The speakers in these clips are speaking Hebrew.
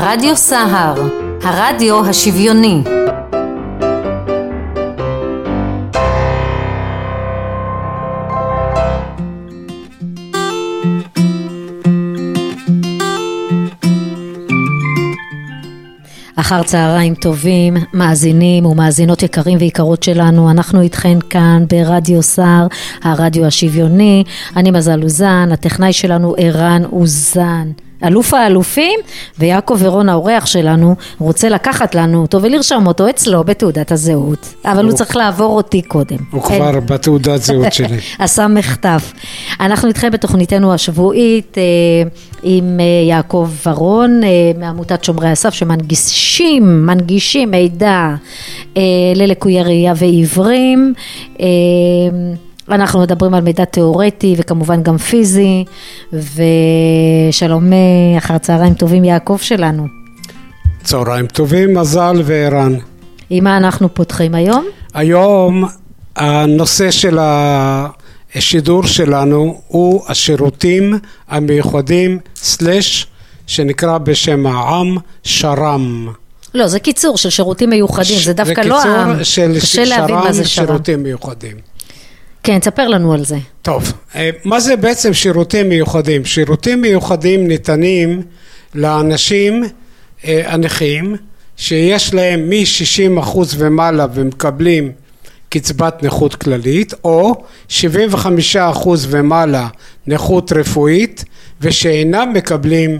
רדיו סהר, הרדיו השוויוני. אחר צהריים טובים, מאזינים ומאזינות יקרים ויקרות שלנו, אנחנו איתכן כאן ברדיו סהר, הרדיו השוויוני. אני מזל אוזן, הטכנאי שלנו ערן אוזן, אלוף האלופים, ויעקב ורון האורח שלנו רוצה לקחת לנו אותו ולרשום אותו אצלו בתעודת הזהות, אבל הוא צריך לעבור אותי קודם. הוא כבר בתעודת זהות שלי. עשה מחטף. אנחנו איתכם בתוכניתנו השבועית עם יעקב ורון מעמותת שומרי הסף, שמנגישים מידע ללקויי ראייה ועיוורים. אנחנו מדברים על מידע תיאורטי וכמובן גם פיזי. ושלום, אחר צהריים טובים יעקב שלנו. צהריים טובים, מזל וערן. עם מה אנחנו פותחים היום? היום הנושא של השידור שלנו הוא השירותים המיוחדים שנקרא בשם העם שר"ם. לא, זה קיצור של שירותים מיוחדים, זה דווקא לא העם. קשה להבין מה זה שר"ם. שירותים מיוחדים. כן, תספר לנו על זה. טוב, מה זה בעצם שירותים מיוחדים? שירותים מיוחדים ניתנים לאנשים הנכים שיש להם מ-60% ומעלה ומקבלים קצבת נכות כללית, או 75% ומעלה נכות רפואית ושאינם מקבלים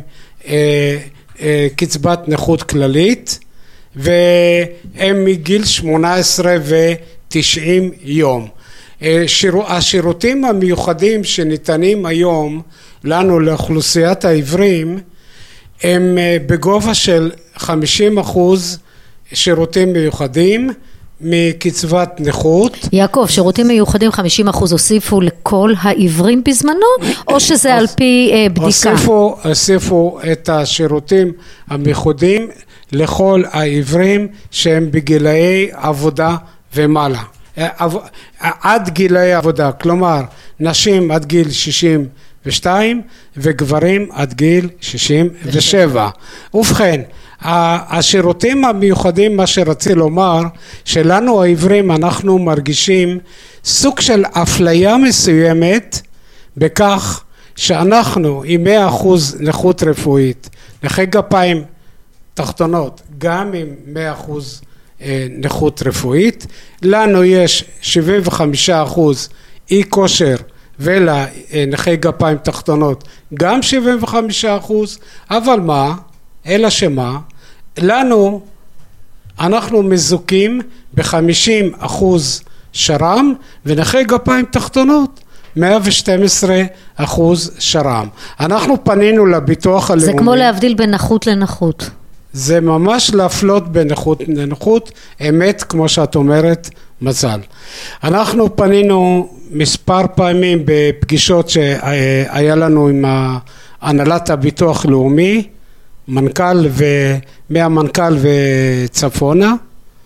קצבת נכות כללית, והם מגיל 18 ו-90 יום. השירותים המיוחדים שניתנים היום לנו לאוכלוסיית העיוורים הם בגובה של 50% שירותים מיוחדים מקצבת נכות. יעקב, שירותים מיוחדים 50% הוסיפו לכל העיוורים בזמנו, או שזה על פי בדיקה? הוסיפו את השירותים המיוחדים לכל העיוורים שהם בגילאי עבודה ומעלה. עד גילי עבודה, כלומר נשים עד גיל 62 וגברים עד גיל 67. ובכן, השירותים המיוחדים, מה שרציתי לומר, שלנו העיוורים אנחנו מרגישים סוג של אפליה מסוימת בכך שאנחנו עם 100% נכות רפואית, נכי גפיים תחתונות גם עם 100% נכות רפואית, לנו יש 75% אי כושר ולנחי גפיים תחתונות גם 75%, אבל מה? אלא שמה? לנו, אנחנו מזוכים ב-50% שר"ם ונחי גפיים תחתונות 112% שר"ם. אנחנו פנינו לביטוח הלאומי. זה כמו להבדיל בין נכות לנכות. זה ממש להפלות בין נכות לנכות, אמת כמו שאת אומרת, מזל. אנחנו פנינו מספר פעמים בפגישות שהיה לנו עם הנהלת הביטוח לאומי, מנכ"ל מהמנכ"ל וצפונה,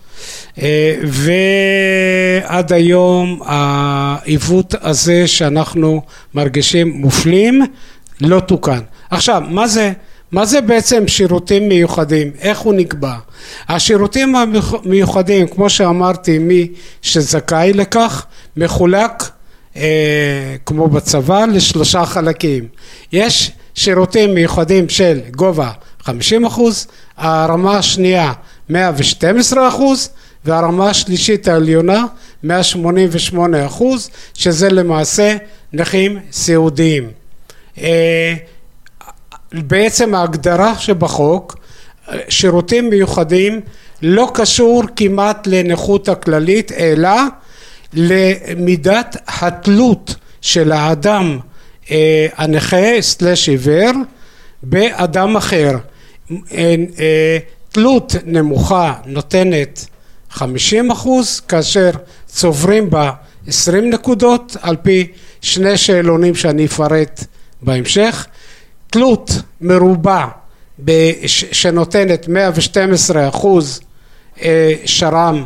ועד היום העיוות הזה שאנחנו מרגישים מופלים לא תוקן. עכשיו, מה זה בעצם שירותים מיוחדים? איך הוא נקבע? השירותים המיוחדים, כמו שאמרתי, מי שזכאי לכך, מחולק כמו בצבא לשלושה חלקים. יש שירותים מיוחדים של גובה 50%, הרמה השנייה 112%, והרמה השלישית העליונה 188%, שזה למעשה נכים סיעודיים. בעצם ההגדרה שבחוק, שירותים מיוחדים לא קשור כמעט לנכות הכללית, אלא למידת התלות של האדם הנכה סלש עיוור באדם אחר. תלות נמוכה נותנת 50%, כאשר צוברים בה 20 נקודות על פי שני שאלונים שאני אפרט בהמשך. תלות מרובה שנותנת 112% שר"ם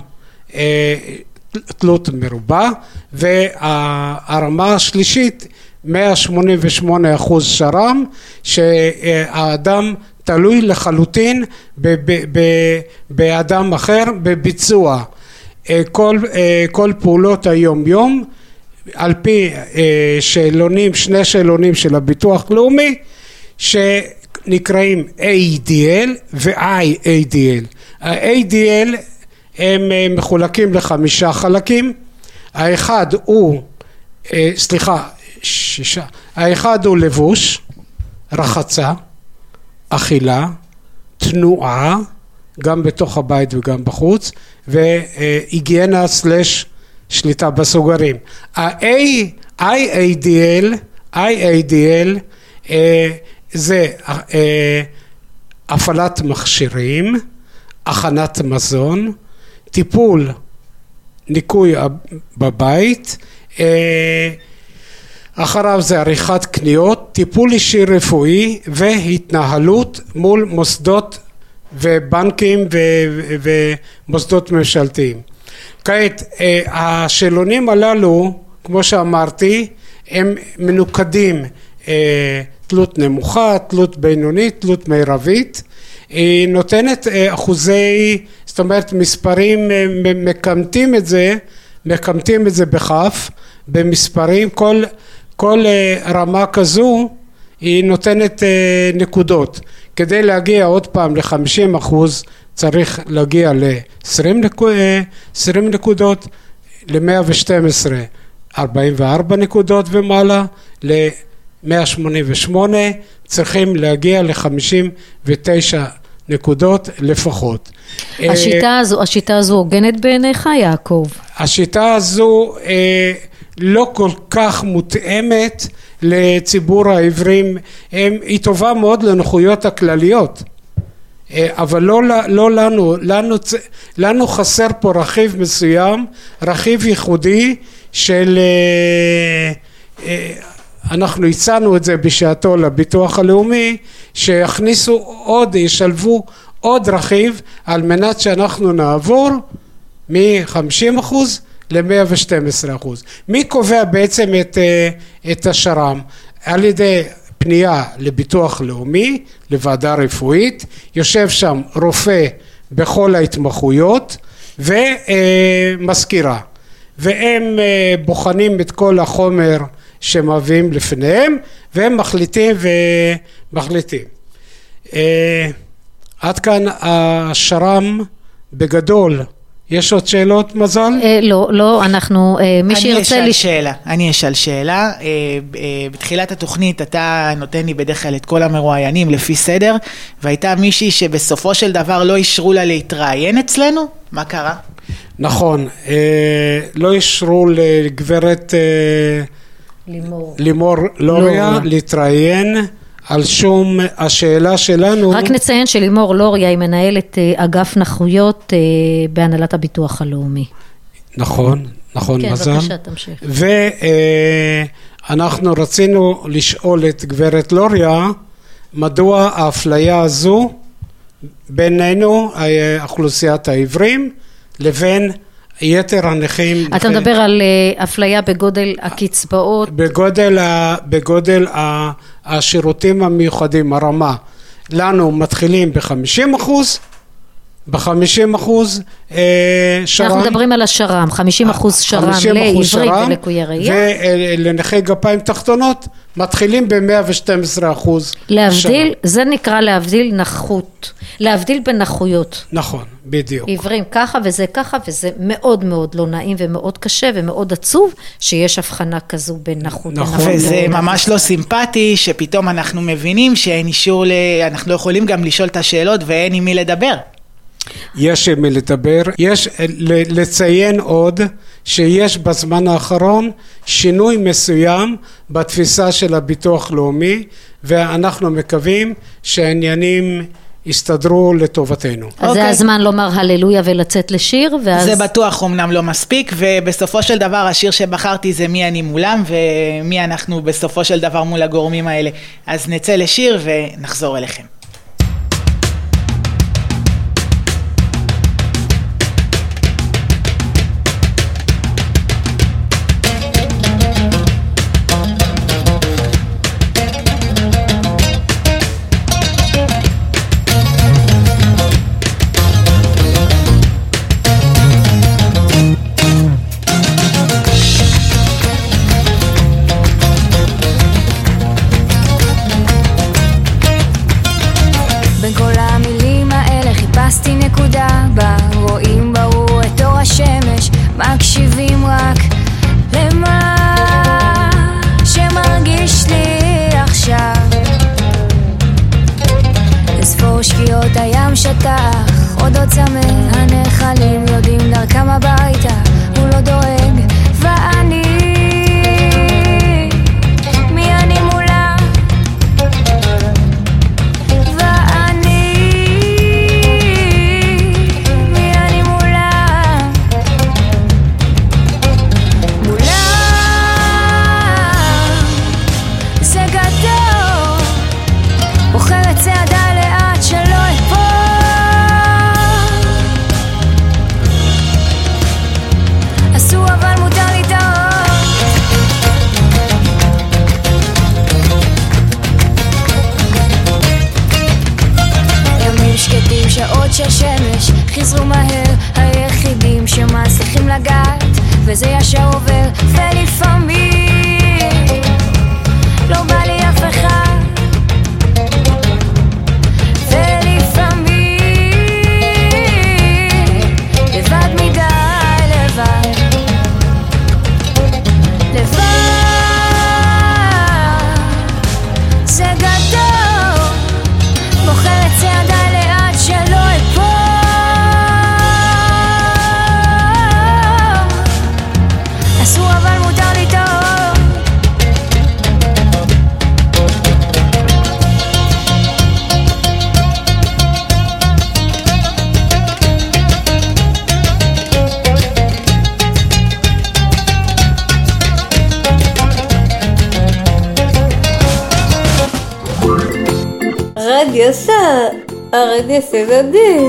תלות מרובה, והרמה השלישית 188% שר"ם, שהאדם תלוי לחלוטין באדם אחר בביצוע כל פעולות היום יום על פי שני שאלונים של הביטוח לאומי שנקראים ADL ו-IADL. ה-ADL הם מחולקים ל5 חלקים. האחד הוא האחד הוא לבוש, רחצה, אכילה, תנועה, גם בתוך הבית וגם בחוץ, והיגיינה / שליטה בסוגרים. ה-IADL זה הפעלת מכשירים, הכנת מזון, טיפול ניקוי בבית, אחריו זה עריכת קניות, טיפול אישי רפואי והתנהלות מול מוסדות ובנקים ומוסדות ממשלתיים. כעת השאלונים הללו, כמו שאמרתי, הם מנוקדים תלות נמוכה, תלות בינונית, תלות מרבית. היא נותנת אחוזי, זאת אומרת מספרים, מקמטים את זה בכף, במספרים, כל רמה כזו היא נותנת נקודות. כדי להגיע עוד פעם ל-50% צריך להגיע ל-20 נקודות, ל-112 44 נקודות ומעלה, ל-188 צריכים להגיע ל-59 נקודות לפחות. השיטה הזו הוגנת בעיניך, יעקב? השיטה הזו לא כל כך מותאמת לציבור העיוורים, היא טובה מאוד לנכויות הכלליות, אבל לא לנו חסר פה רכיב מסוים, רכיב ייחודי של, אנחנו הצענו את זה בשעתו לביטוח הלאומי, ישלבו עוד רכיב על מנת שאנחנו נעבור מ-50% ל-112%. מי קובע בעצם את השר"ם? על ידי פנייה לביטוח לאומי, לוועדה רפואית, יושב שם רופא בכל ההתמחויות ומזכירה, והם בוחנים את כל החומר שמביאים לפניהם והם מחליטים. עד כאן השר"ם בגדול. יש עוד שאלות, מזל? לא, אנחנו, מי שירצה אני אשאל שאלה. בתחילת התוכנית אתה נותן לי בדרך כלל את כל המרואיינים לפי סדר, והייתה מישהי שבסופו של דבר לא אישרו לה להתראיין אצלנו, מה קרה? נכון, לא אישרו לגברת לימור לוריה להתראיין על שום השאלה שלנו. רק נציין שלימור לוריה היא מנהלת אגף נכויות בהנהלת הביטוח הלאומי. נכון, כן, מזל. בבקשה, תמשיך. ואנחנו רצינו לשאול את גברת לוריה, מדוע האפליה הזו בינינו, אוכלוסיית העיוורים, לבין יתר הנכים. אתה מדבר על אפליה בגודל הקצבאות? בגודל השירותים המיוחדים, הרמה. לנו מתחילים ב-50%, ב-50% שר"ם. אנחנו מדברים על השר"ם, 50% שר"ם לעיוורים ולקויי ראייה. ולנכי גפיים תחתונות מתחילים ב-112%. להבדיל, זה נקרא להבדיל נכות, להבדיל בין נכויות. נכון, בדיוק. עיוורים ככה וזה ככה, וזה מאוד מאוד לא נעים ומאוד קשה ומאוד עצוב שיש הבחנה כזו בין נכות. נכון, וזה ממש לא סימפטי שפתאום אנחנו מבינים שאין אישור, אנחנו לא יכולים גם לשאול את השאלות ואין עם מי לדבר. יש עם מי לדבר. יש לציין עוד שיש בזמן האחרון שינוי מסוים בתפיסה של הביטוח לאומי, ואנחנו מקווים שהעניינים יסתדרו לטובתנו. אז זה הזמן לומר הללויה ולצאת לשיר, זה בטוח אמנם לא מספיק, ובסופו של דבר השיר שבחרתי זה מי אני מולם ומי אנחנו בסופו של דבר מול הגורמים האלה. אז נצא לשיר ונחזור אליכם. כמו שקיעות הים שטח, עוד צמא, הנחלים יודעים דרכם הביתה, הוא לא דואג, ואני מי אני מולה, ואני מי אני מולה, מולה זה גדול, בוחרת צעדה לאט שלא אפול, אסור אבל מותר לטעות, ימים שקטים שעות של שמש חזרו מהר, היחידים שמצליחים לגעת וזה ישר עובר, ולפעמים לא בא לי אף אחד, לבד מדי, לבד, זה גדול, בוחרת צעדה לאט שלא אפול, אסור אבל מותר לטעות, רדיו סער, הרדיו סבבי.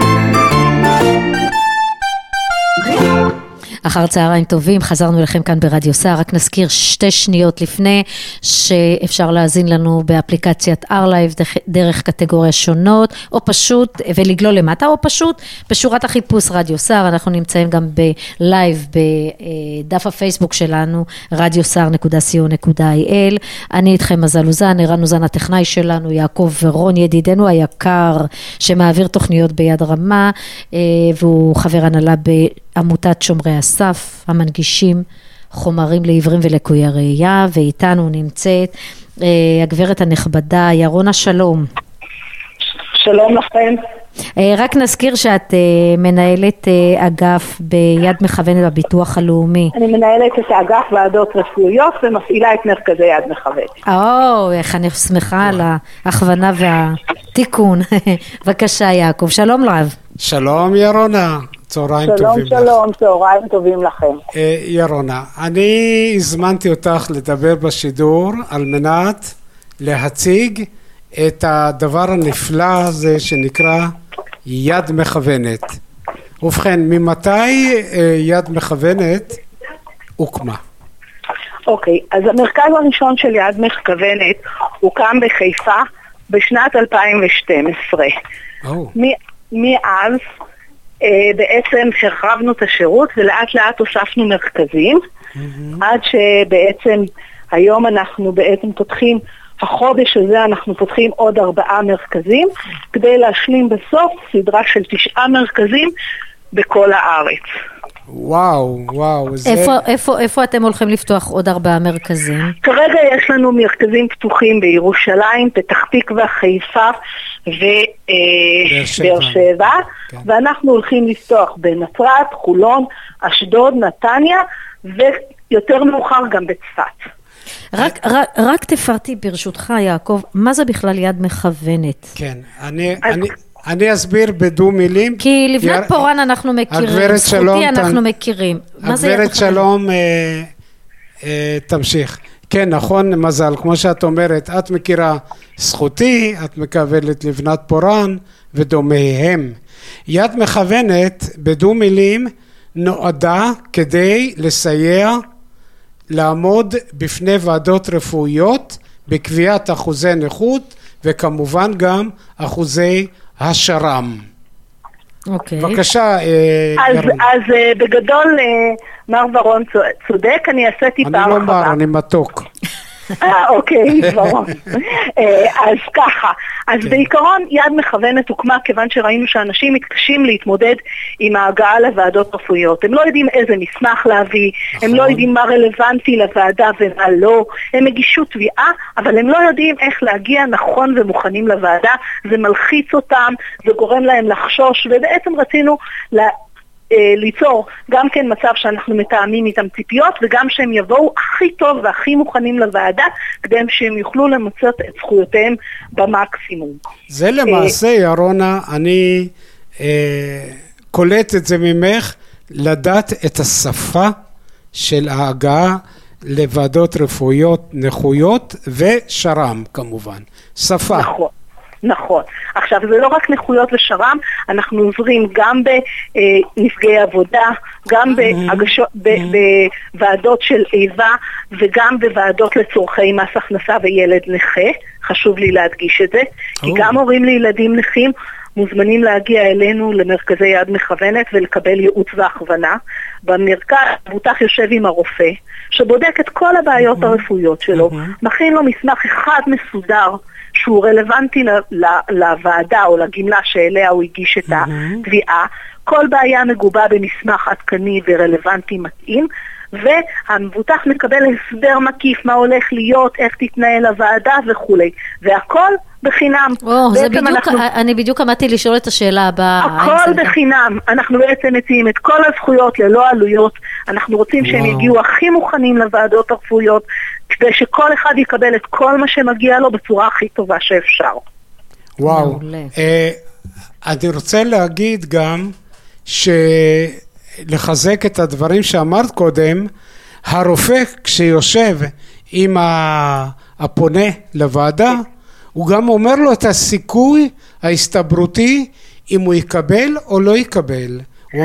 אחר צהריים טובים, חזרנו לכם כאן ברדיו סער, רק נזכיר 2 שניות לפני שאפשר להזין לנו באפליקציית R-Live דרך קטגוריה שונות, או פשוט, ולגלול למטה, או פשוט בשורת החיפוש רדיו סער, אנחנו נמצאים גם בלייב בדף הפייסבוק שלנו, radiosar.co.il, אני איתכם מזל אוזן, ערן אוזן הטכנאי שלנו, יעקב ורון ידידנו היקר, שמעביר תוכניות ביד רמה, והוא חבר הנהלה עמותת שומרי הסף, המנגישים חומרים לעיוורים ולקויי ראייה, ואיתנו נמצאת הגברת הנכבדה ירונה, שלום. שלום לכם. רק נזכיר שאת מנהלת אגף ביד מכוונת בביטוח הלאומי. אני מנהלת את האגף ועדות רפואיות ומפעילה את מרכזי יד מכוונת. איך אני שמחה על ההכוונה והתיקון. בבקשה יעקב, שלום רב. שלום ירונה. צהריים טובים לך. שלום, צהריים טובים לכם. ירונה, אני הזמנתי אותך לדבר בשידור על מנת להציג את הדבר הנפלא הזה שנקרא יד מכוונת. ובכן, ממתי יד מכוונת הוקמה? אוקיי, אז המרכז הראשון של יד מכוונת הוקם בחיפה בשנת 2012. מאז בעצם הרחבנו את השירות ולאט לאט הוספנו מרכזים, עד שבעצם היום אנחנו בעצם פותחים, החודש הזה אנחנו פותחים עוד 4 מרכזים, כדי להשלים בסוף סדרה של 9 מרכזים בכל הארץ. וואו, וואו. איפה אתם הולכים לפתוח עוד 4 מרכזים? כרגע יש לנו מרכזים פתוחים בירושלים, פתח תקווה, חיפה ובאר שבע, ואנחנו הולכים לפתוח בנצרת, חולון, אשדוד, נתניה, ויותר מאוחר גם בצפת. רק תפרטי ברשותך יעקב, מה זה בכלל יד מכוונת? כן, אני אסביר בדו מילים. כי לבנת פורן אנחנו מכירים, זכותי אנחנו מכירים. הגברת שלום, תמשיך. כן, נכון, מזל, כמו שאת אומרת, את מכירה זכותי, את מקבלת לבנת פורן ודומיהם. יד מכוונת בדו מילים נועדה כדי לסייע לעמוד בפני ועדות רפואיות בקביעת אחוזי נכות וכמובן גם אחוזי השר"ם. אוקיי. בבקשה, אז בגדול מר ורון צודק, אני אעשה טיפה הרחבה. אני לא מר, אני מתוק. אוקיי, ברור. אז ככה, אז בעיקרון יד מכוונת הוקמה כיוון שראינו שאנשים מתקשים להתמודד עם ההגעה לוועדות רפואיות. הם לא יודעים איזה מסמך להביא, הם לא יודעים מה רלוונטי לוועדה ומה לא, הם הגישו תביעה, אבל הם לא יודעים איך להגיע נכון ומוכנים לוועדה, זה מלחיץ אותם, זה גורם להם לחשוש, ובעצם רצינו ליצור גם כן מצב שאנחנו מתאמים איתם ציפיות, וגם שהם יבואו הכי טוב והכי מוכנים לוועדה, כדי שהם יוכלו למצות את זכויותיהם במקסימום. זה למעשה, ירונה, אני קולט את זה ממך, לדעת את השפה של ההגעה לוועדות רפואיות, נכויות ושר"ם כמובן. שפה. נכון. נכון. עכשיו, זה לא רק נכויות ושר"ם, אנחנו עוזרים גם בנפגעי עבודה, גם בוועדות של איבה, וגם בוועדות לצורכי מס הכנסה וילד נכה. חשוב לי להדגיש את זה, כי גם הורים לילדים נכים מוזמנים להגיע אלינו למרכזי יד מכוונת ולקבל ייעוץ והכוונה. במרכז מבוטח יושב עם הרופא, שבודק את כל הבעיות הרפואיות שלו, מכין לו מסמך אחד מסודר, שהוא רלוונטי לוועדה או לגמלה שאליה הוא הגיש את התביעה. כל בעיה מגובה במסמך עדכני ורלוונטי מתאים, והמבוטח מקבל הסבר מקיף מה הולך להיות, איך תתנהל הוועדה וכו'. והכל בחינם. אני בדיוק עמדתי לשאול את השאלה הבאה. הכל בחינם. אנחנו בעצם מציעים את כל הזכויות ללא עלויות. אנחנו רוצים שהם יגיעו הכי מוכנים לוועדות הרפואיות, כדי שכל אחד יקבל את כל מה שמגיע לו בצורה הכי טובה שאפשר. וואו. אני רוצה להגיד גם לחזק את הדברים שאמרת קודם, הרופא כשיושב עם הפונה לוועדה, הוא גם אומר לו את הסיכוי ההסתברותי אם הוא יקבל או לא יקבל.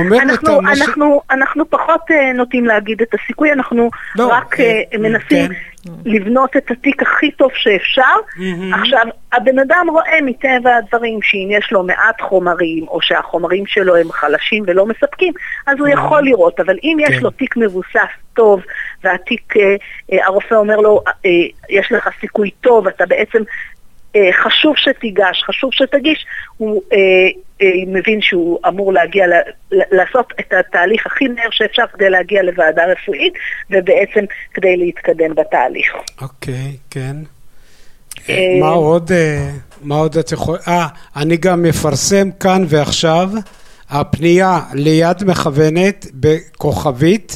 אנחנו פחות נוטים להגיד את הסיכוי, אנחנו רק מנסים לבנות את התיק הכי טוב שאפשר. עכשיו, הבן אדם רואה מטבע הדברים שאם יש לו מעט חומרים, או שהחומרים שלו הם חלשים ולא מספקים, אז הוא יכול לראות, אבל אם יש לו תיק מבוסס טוב, והתיק, הרופא אומר לו, יש לך סיכוי טוב, אתה בעצם חשוב שתיגש, חשוב שתגיש, הוא מבין שהוא אמור להגיע, לעשות את התהליך הכי מהר שאפשר כדי להגיע לוועדה רפואית, ובעצם כדי להתקדם בתהליך. אוקיי, כן. מה עוד את יכולה? אני גם מפרסם כאן ועכשיו, הפנייה ליד מכוונת בכוכבית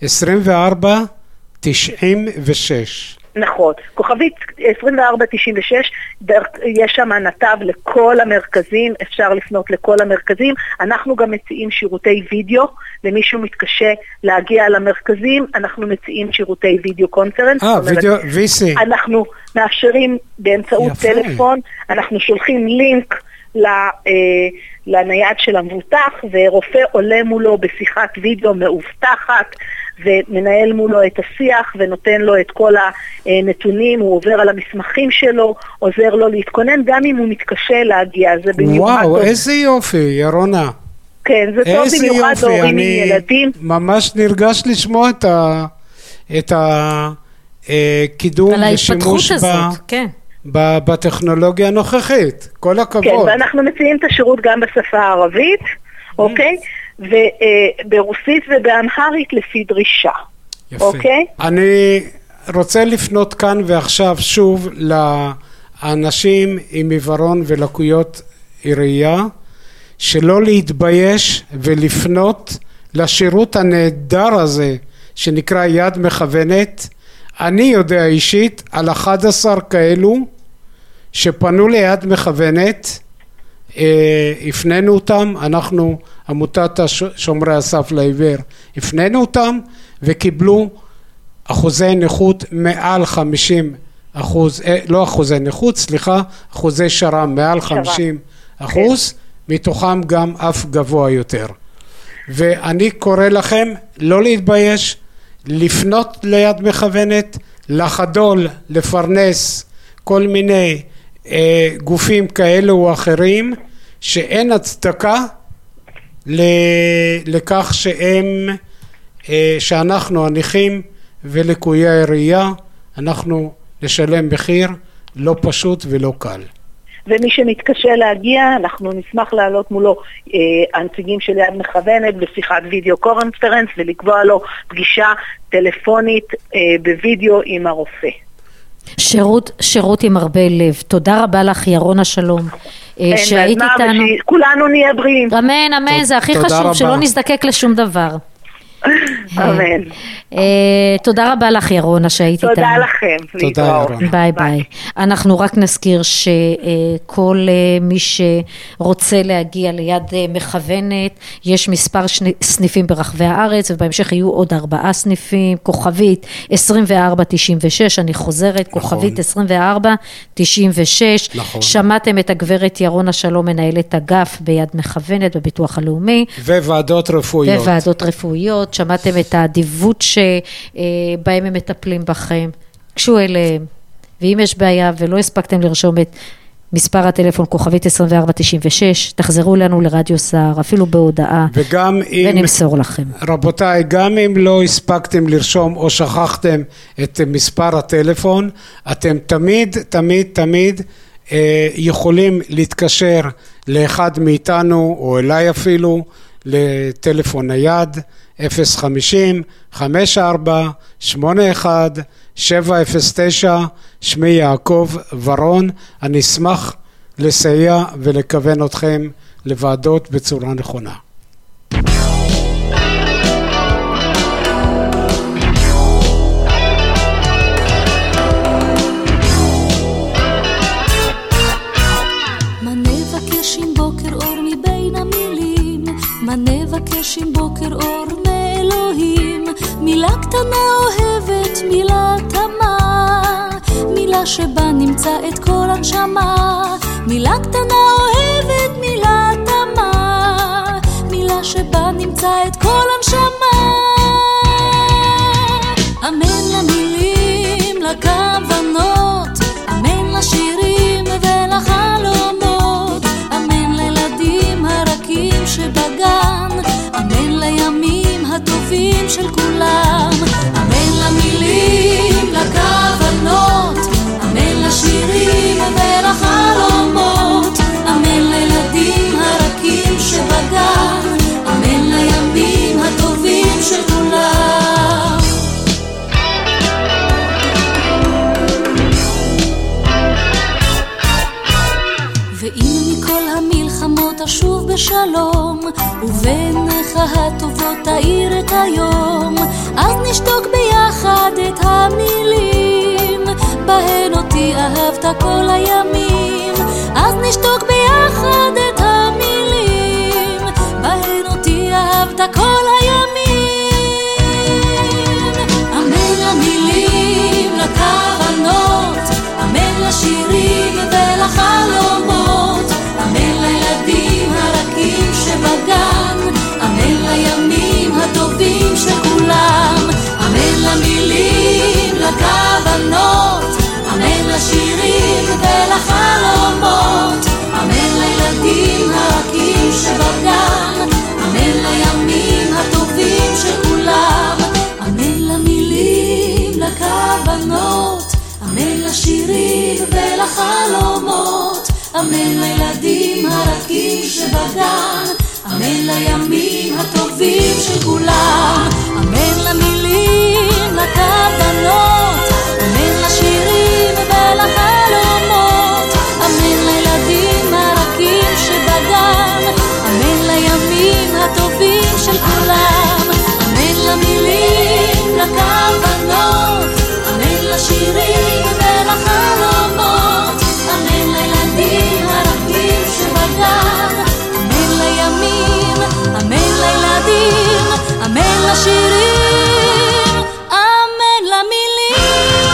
2496. נכון, כוכבית 2496, יש שם נתב לכל המרכזים, אפשר לפנות לכל המרכזים. אנחנו גם מציעים שירותי וידאו, למישהו מתקשה להגיע למרכזים, אנחנו מציעים שירותי וידאו קונפרנס. וידאו, VC. אנחנו מאפשרים באמצעות טלפון, אנחנו שולחים לינק לנייד של המבוטח, ורופא עולה מולו בשיחת וידאו מאובטחת, ומנהל מולו את השיח ונותן לו את כל הנתונים, הוא עובר על המסמכים שלו, עוזר לו להתכונן גם אם הוא מתקשה להגיע. זה במיוחד וואו, איזה יופי, ירונה. כן, זה טוב במיוחד להורים עם ילדים. ממש נרגש לשמוע את הקידום ושימוש בטכנולוגיה הנוכחית. כל הכבוד. כן, ואנחנו מציעים את השירות גם בשפה הערבית, אוקיי? וברוסית ובאמהרית לפי דרישה. יפה. אוקיי? אני רוצה לפנות כאן ועכשיו שוב לאנשים עם עיוורון ולקויות ראייה, שלא להתבייש ולפנות לשירות הנהדר הזה שנקרא יד מכוונת. אני יודע אישית על 11 כאלו שפנו ליד מכוונת, הפנינו אותם, אנחנו עמותת שומרי הסף לעיוור, הפנינו אותם וקיבלו אחוזי נכות מעל 50%, לא אחוזי נכות, סליחה, אחוזי שר"ם מעל 50%, מתוכם גם אף גבוה יותר. ואני קורא לכם לא להתבייש, לפנות ליד מכוונת, לחדול, לפרנס כל מיני גופים כאלו או אחרים, שאין הצדקה לכך שאנחנו הנכים ולקויי הראייה, אנחנו לשלם מחיר לא פשוט ולא קל. ומי שמתקשה להגיע, אנחנו נשמח לעלות מולו הנציגים של יד מכוונת בשיחת וידאו קונפרנס, ולקבוע לו פגישה טלפונית בווידאו עם הרופא. שירות עם הרבה לב. תודה רבה לך ירונה שלום. שהיית איתנו. כולנו נהיה בריאים. אמן, אמן, זה הכי חשוב, שלא נזדקק לשום דבר. אמן. תודה רבה לך ירונה שהיית איתנו. תודה לכם. תודה ירונה. ביי ביי. אנחנו רק נזכיר שכל מי שרוצה להגיע ליד מכוונת, יש מספר סניפים ברחבי הארץ, ובהמשך יהיו עוד 4 סניפים, כוכבית 2496, אני חוזרת, כוכבית 2496. שמעתם את הגברת ירונה שלום, מנהלת אגף ביד מכוונת בביטוח הלאומי. וועדות רפואיות. שמעתם את האדיבות שבהם הם מטפלים בכם, קשו אליהם, ואם יש בעיה ולא הספקתם לרשום את מספר הטלפון כוכבית 2496, תחזרו לנו לרדיו סער, אפילו בהודעה, ונמסור לכם. רבותיי, גם אם לא הספקתם לרשום או שכחתם את מספר הטלפון, אתם תמיד יכולים להתקשר לאחד מאיתנו, או אליי אפילו, לטלפון נייד 050-54-81-709. שמי יעקב ורון, אני אשמח לסייע ולכוון אתכם לוועדות בצורה נכונה. מה נבקש עם בוקר אור מאלוהים, מילה קטנה אוהבת, מילה תמה, מילה שבה נמצא את כל הנשמה, מילה קטנה אוהבת, מילה תמה, מילה שבה נמצא את כל הנשמה. אמן למילים, לכוונות, אמן לשירים ולחלומות, אמן לילדים הרכים שבגן, אמן לימים הטובים של כולם, אמן למילים, לכוונות, אמן לשירים ולחלומות, אמן לילדים הרכים שבגן, אמן לימים הטובים של כולם. ואם מכל המלחמות אשוב בשלום, ובעיניך הטובות תאיר את היום, אז נשתוק ביחד את המילים, בהן אותי אהבת כל הימים, אז נשתוק ביחד את המילים, בהן אותי אהבת כל הימים. אמן למילים, לכוונות, אמן לשירים ולחלומות, אמן לילדים הרכים שבגן, אמן לימים הטובים של כולם, אמן למילים, לכוונות, אמן לשירים ולחלומות, אמן לילדים הרכים שבגן, אמן לימים הטובים של כולם, אמן למילים, לכוונות, אמן לשירים ולחלומות, אמן לילדים הרכים שבגן, אמן לימים הטובים של כולם, אמן למילים, לכוונות, אמן לשירים ולחלומות, אמן לילדים הרכים שבגן, אמן לימים הטובים של כולם, אמן למילים, לכוונות, אמן לשירים ולחלומות, אמן לילדים הרכים שבגן, אמן לימים, אמן לילדים, אמן לשירים, אמן למילים,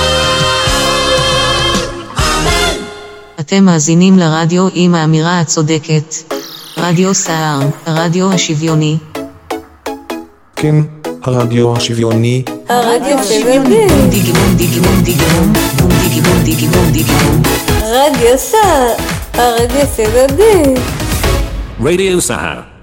אמן. אתם מאזינים לרדיו עם האמירה הצודקת. רדיו סער, הרדיו השוויוני. כן, הרדיו השוויוני. הרדיו השוויוני. דיגיבום דיגיבום דיגיבום דיגיבום דיגיבום דיגיבום. רדיו סער, הרדיו השוויוני. רדיו סער,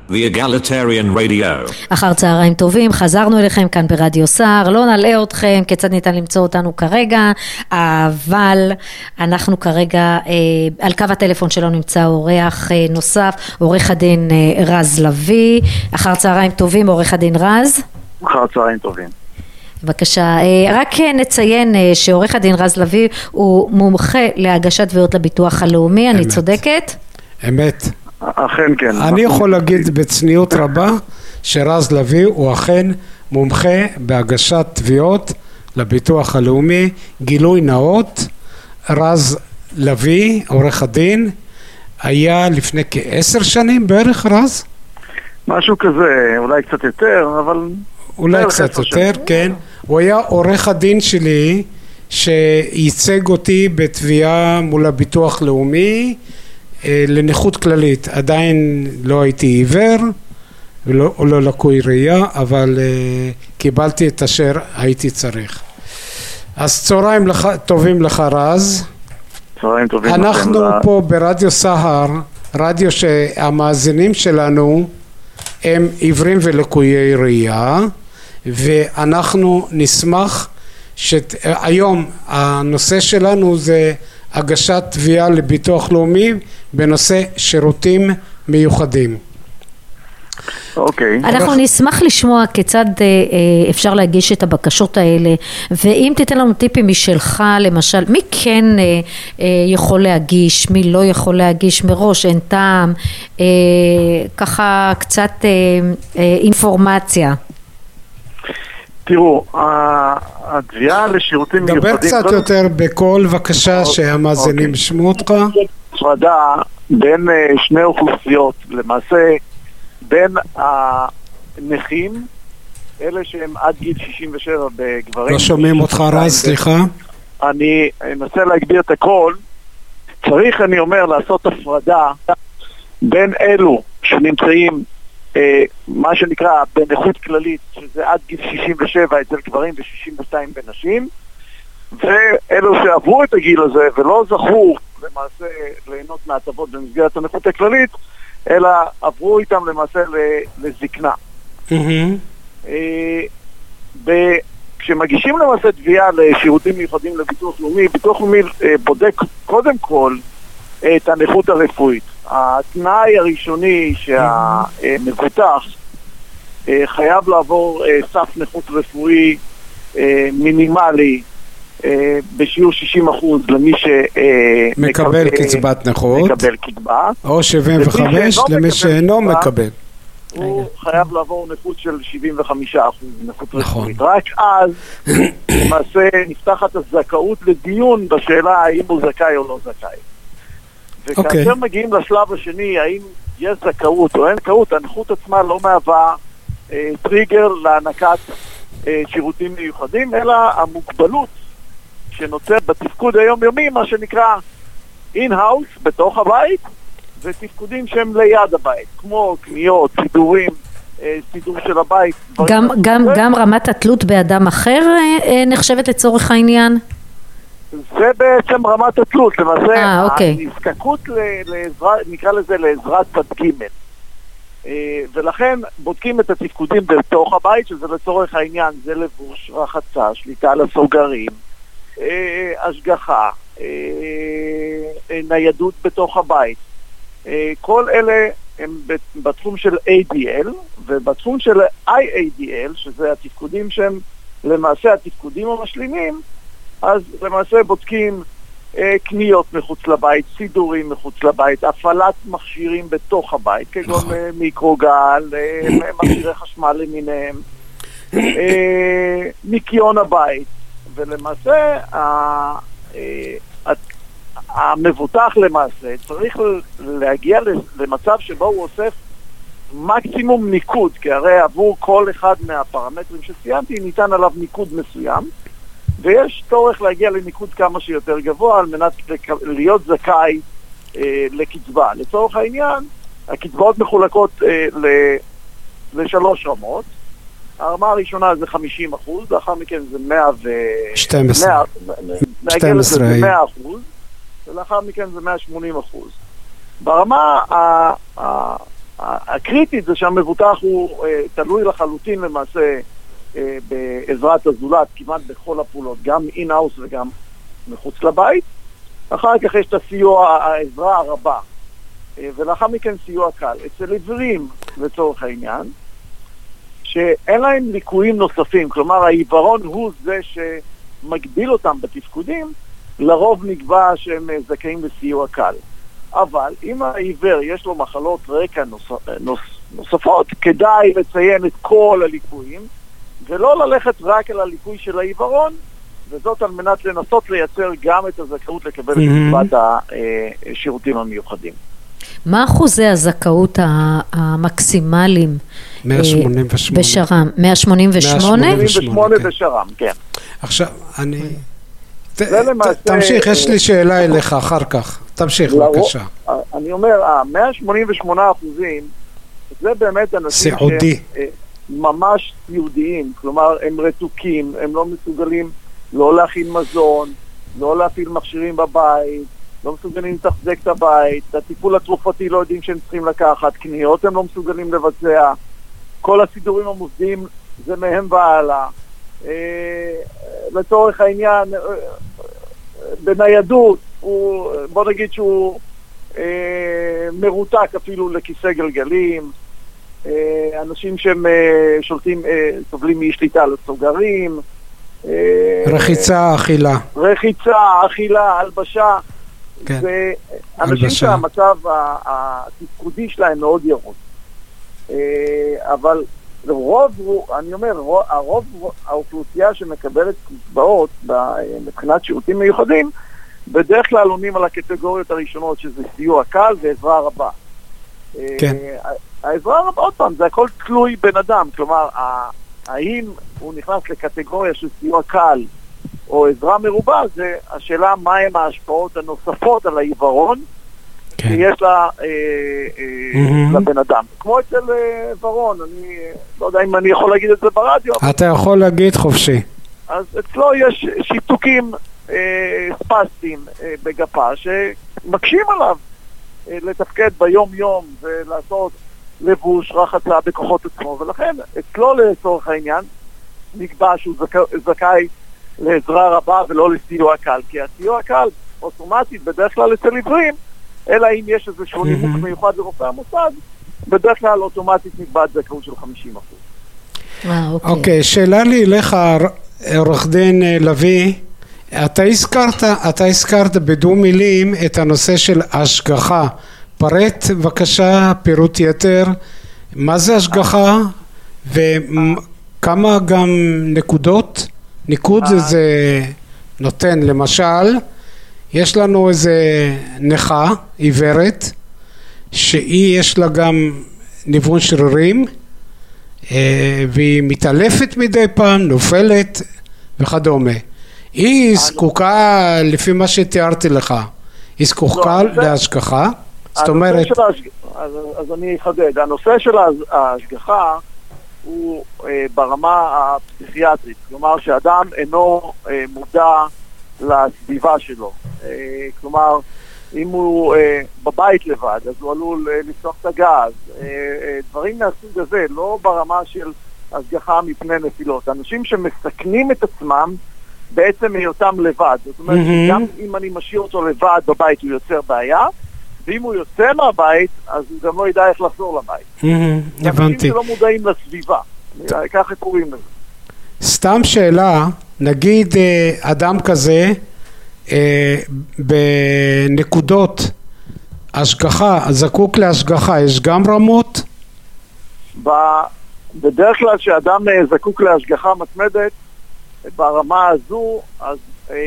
the Egalitarian Radio. אחר צהריים טובים, חזרנו אליכם כאן ברדיו סער, לא נלאה אתכם כיצד ניתן למצוא אותנו כרגע, אבל אנחנו כרגע, על קו הטלפון שלנו נמצא אורח נוסף, עורך הדין רז לוי. אחר צהריים טובים, עורך הדין רז. אחר צהריים טובים. בבקשה, רק נציין שעורך הדין רז לוי הוא מומחה להגשת תביעות לביטוח הלאומי, אני צודקת? אמת. אכן כן. אני יכול להגיד בצניעות רבה שרז לוי הוא אכן מומחה בהגשת תביעות לביטוח הלאומי. גילוי נאות, רז לוי, עורך הדין, היה לפני כ10 שנים בערך, רז? משהו כזה, אולי קצת יותר, אבל... אולי קצת יותר, כן. הוא היה עורך הדין שלי שייצג אותי בתביעה מול הביטוח לאומי לנכות כללית. עדיין לא הייתי עיוור או לא לקוי ראייה, אבל קיבלתי את אשר הייתי צריך. אז צהריים טובים לך רז. צהריים טובים. אנחנו פה ברדיו סהר, רדיו שהמאזינים שלנו הם עיוורים ולקויי ראייה, ואנחנו נשמח שהיום הנושא שלנו זה הגשת תביעה לביטוח לאומי בנושא שירותים מיוחדים. אוקיי. אנחנו נשמח לשמוע כיצד אפשר להגיש את הבקשות האלה, ואם תיתן לנו טיפים משלך, למשל, מי כן יכול להגיש, מי לא יכול להגיש מראש, אין טעם, ככה קצת אינפורמציה. תראו, התביעה לשירותים מיוחדים... דבר קצת יותר בקול, בבקשה, שהמאזינים ישמעו אותך. הפרדה בין שני אוכלוסיות, למעשה בין הנכים, אלה שהם עד גיל 67 בגברים... לא שומעים אותך רז, סליחה. אני אנסה להגביר את הכל. צריך, אני אומר, לעשות הפרדה בין אלו שנמצאים מה שנקרא בנכות כללית, שזה עד גיל 67 אצל גברים ו62 בנשים, ואלו שעברו את הגיל הזה ולא זכו למעשה ליהנות מהטבות במסגרת הנכות הכללית, אלא עברו איתם למעשה לזקנה. כשמגישים למעשה תביעה לשירותים מיוחדים לביטוח לאומי, ביטוח לאומי בודק קודם כל את הנכות הרפואית. התנאי הראשוני שהמבוטח חייב לעבור סף נכות רפואי מינימלי בשיעור 60% למי שמקבל קצבת נכות, מקבל קצבה, או 75 למי שאינו מקבל. הוא חייב לעבור נכות של 75% נכות רפואית. רק אז למעשה נפתחת הזכאות לדיון בשאלה האם הוא זכאי או לא זכאי. וכאשר מגיעים לשלב השני, האם יש זכאות או אין זכאות, הנכות עצמה לא מהווה טריגר להענקת שירותים מיוחדים, אלא המוגבלות שנוצרת בתפקוד היומיומי, מה שנקרא in-house, בתוך הבית, ותפקודים שהם ליד הבית, כמו קניות, סידורים, סידור של הבית. גם רמת התלות באדם אחר נחשבת לצורך העניין? זה בעצם רמת התלות, למעשה הנזקקות לעזרה, נקרא לזה לעזרת צד ג', ולכן בודקים את התפקודים בתוך הבית, שזה לצורך העניין, זה לבוש, רחצה, שליטה על הסוגרים, השגחה, ניידות בתוך הבית. כל אלה הם בתחום של ADL, ובתחום של IADL, שזה התפקודים שהם למעשה התפקודים המשלימים, אז למעשה בודקים קניות מחוץ לבית, סידורים מחוץ לבית, הפעלת מכשירים בתוך הבית, כגון מיקרוגל, מכשירי חשמל למיניהם, ניקיון הבית, ולמעשה המבוטח למעשה צריך להגיע למצב שבו הוא אוסף מקסימום ניקוד, כי הרי עבור כל אחד מהפרמטרים שציינתי ניתן עליו ניקוד מסוים, ויש צורך להגיע לניקוד כמה שיותר גבוה על מנת להיות זכאי לקצבה. לצורך העניין, הקצבאות מחולקות לשלוש רמות. הרמה הראשונה זה 50%, לאחר מכן זה 12. נגיע לזה 100%, ולאחר מכן זה 180%. ברמה הקריטית זה שהמבוטח הוא תלוי לחלוטין למעשה בעזרת הזולת כמעט בכל הפעולות, גם אין-האוס וגם מחוץ לבית. אחר כך יש את הסיוע, העזרה הרבה, ולאחר מכן סיוע קל. אצל עיוורים, לצורך העניין, שאין להם ליקויים נוספים, כלומר העיוורון הוא זה שמגביל אותם בתפקודים, לרוב נקבע שהם זכאים לסיוע קל. אבל אם העיוור יש לו מחלות רקע נוספות, כדאי לציין את כל הליקויים, ולא ללכת רק על הליקוי של העיוורון, וזאת על מנת לנסות לייצר גם את הזכאות לקבל את קצבת השירותים המיוחדים. מה אחוזי הזכאות המקסימליים 188 בשר"ם? 188? 188 בשר"ם, כן. עכשיו, תמשיך, יש לי שאלה אליך אחר כך. תמשיך, בבקשה. אני אומר, 188%, זה באמת אנשים ממש סיעודיים, כלומר, הם רתוקים, הם לא מסוגלים לא להכין מזון, לא להפעיל מכשירים בבית, לא מסוגלים לתחזק את הבית, את הטיפול התרופתי לא יודעים שהם צריכים לקחת, קניות הם לא מסוגלים לבצע, כל הסידורים המוסדיים זה מהם והלאה. לצורך העניין, בניידות, בוא נגיד שהוא מרותק אפילו לכיסא גלגלים, אנשים שהם שולטים, סובלים משליטה על הסוגרים, רחיצה, אכילה. רחיצה, אכילה, הלבשה. כן. ואנשים שהמצב התפקודי שלהם מאוד ירוד. אבל אני אומר, הרוב האוכלוסייה שמקבלת קצבאות מבחינת שירותים מיוחדים, בדרך כלל עונים על הקטגוריות הראשונות, שזה סיוע קל ועזרה רבה. כן. העזרה רבה, עוד פעם, זה הכל תלוי בן אדם, כלומר, האם הוא נכנס לקטגוריה של סיוע קל או עזרה מרובה, זה השאלה מהם ההשפעות הנוספות על העיוורון שיש לבן אדם. כמו אצל עיוורון, אני לא יודע אם אני יכול להגיד את זה ברדיו. אתה יכול להגיד חופשי. אז אצלו יש שיתוקים ספסטיים בגפה שמקשים עליו לתפקד ביום יום ולעשות לבוש, רחצה בכוחות עצמו, ולכן אצלו לצורך העניין נקבע שהוא זכאי לעזרה רבה ולא לסיוע קל, כי הסיוע קל אוטומטית בדרך כלל אצל עיוורים, אלא אם יש איזשהו נימוק מיוחד לרופא המוסד, בדרך כלל אוטומטית נקבעת זכאות של 50%. אוקיי, שאלה לי לך, עורך דין לוי, אתה הזכרת בדו מילים את הנושא של השגחה. פרט בבקשה פירוט יתר, מה זה השגחה וכמה גם נקודות? ניקוד זה נותן, למשל, יש לנו איזה נכה, עיוורת, שהיא יש לה גם ניוון שרירים, והיא מתעלפת מדי פעם, נופלת וכדומה. היא זקוקה, לפי מה שתיארתי לך, היא זקוקה להשגחה? זאת אומרת... אז אני אחדד. הנושא של ההשגחה הוא ברמה הפסיכיאטרית. כלומר, שאדם אינו מודע לסביבה שלו. כלומר, אם הוא בבית לבד, אז הוא עלול לפתוח את הגז. דברים מהסוג הזה, לא ברמה של השגחה מפני נפילות. אנשים שמסכנים את עצמם בעצם מהיותם לבד. זאת אומרת, גם אם אני משאיר אותו לבד בבית, הוא יוצר בעיה, ואם הוא יוצא מהבית, אז הוא גם לא ידע איך לחזור לבית. הבנתי. אנשים שלא מודעים לסביבה. ככה קוראים לזה. סתם שאלה, נגיד אדם כזה, בנקודות השגחה, זקוק להשגחה, יש גם רמות? בדרך כלל שאדם זקוק להשגחה מתמדת, ברמה הזו, אז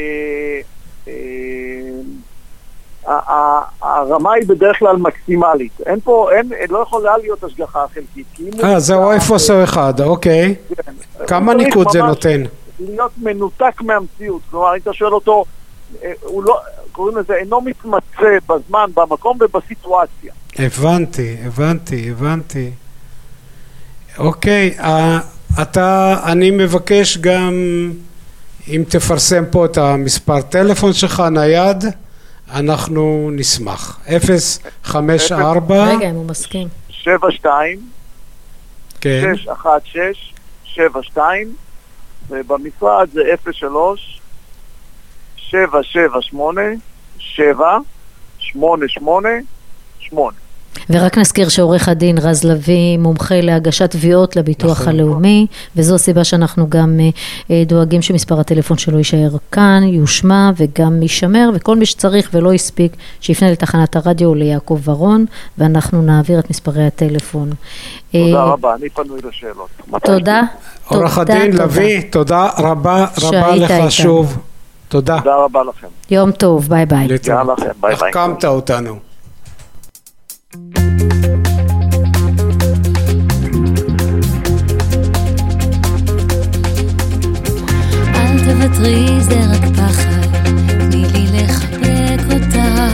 הרמה היא בדרך כלל מקסימלית. לא יכולה להיות השגחה חלקית. זהו 0.1, אוקיי. כמה ניקוד זה נותן? להיות מנותק מהמציאות. כלומר, אם אתה שואל אותו, הוא לא, קוראים לזה, אינו מתמצא בזמן, במקום ובסיטואציה. הבנתי. אוקיי, אני מבקש גם, אם תפרסם פה את המספר טלפון שלך, נייד, אנחנו נשמח. 054 רגע, אם הוא מסכים. 72 כן. 616 72, ובמשרד זה 03 778 788. ורק נזכיר שעורך הדין רז לוי מומחה להגשת תביעות לביטוח נכון. הלאומי, וזו הסיבה שאנחנו גם דואגים שמספר הטלפון שלו יישאר כאן, יושמע וגם יישמר, וכל מי שצריך ולא יספיק שיפנה לתחנת הרדיו ליעקב ורון, ואנחנו נעביר את מספרי הטלפון. תודה רבה, אני פנוי לשאלות. תודה. עורך הדין לוי, תודה רבה לך שוב. תודה. תודה רבה לכם. יום טוב, ביי ביי. יאללה לכם, ביי ביי. החכמת אותנו. אל תוותרי, זה רק פחד, תני לי לחבק אותך.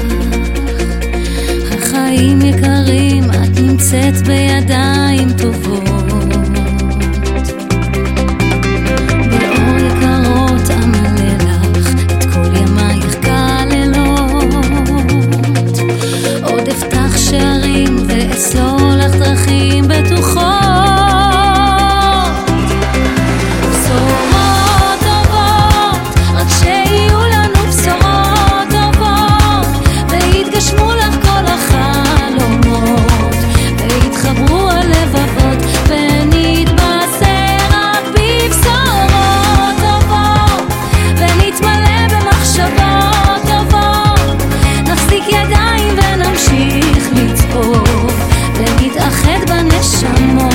החיים יקרים, את נמצאת בידיים טובות. באור יקרות אמלא לך את כל ימייך כלילות. עוד אפתח שערים ואסלול לך דרכים בטוחות. בשורות טובות, רק שיהיו לנו בשורות טובות, ויתגשמו לך כל החלומות, ויתחברו הלבבות, ונתבשר רק בבשורות טובות, ונתמלא במחשבות טובות, נחזיק ידיים ונמשיך לצפות, ונתאחד בנשמות.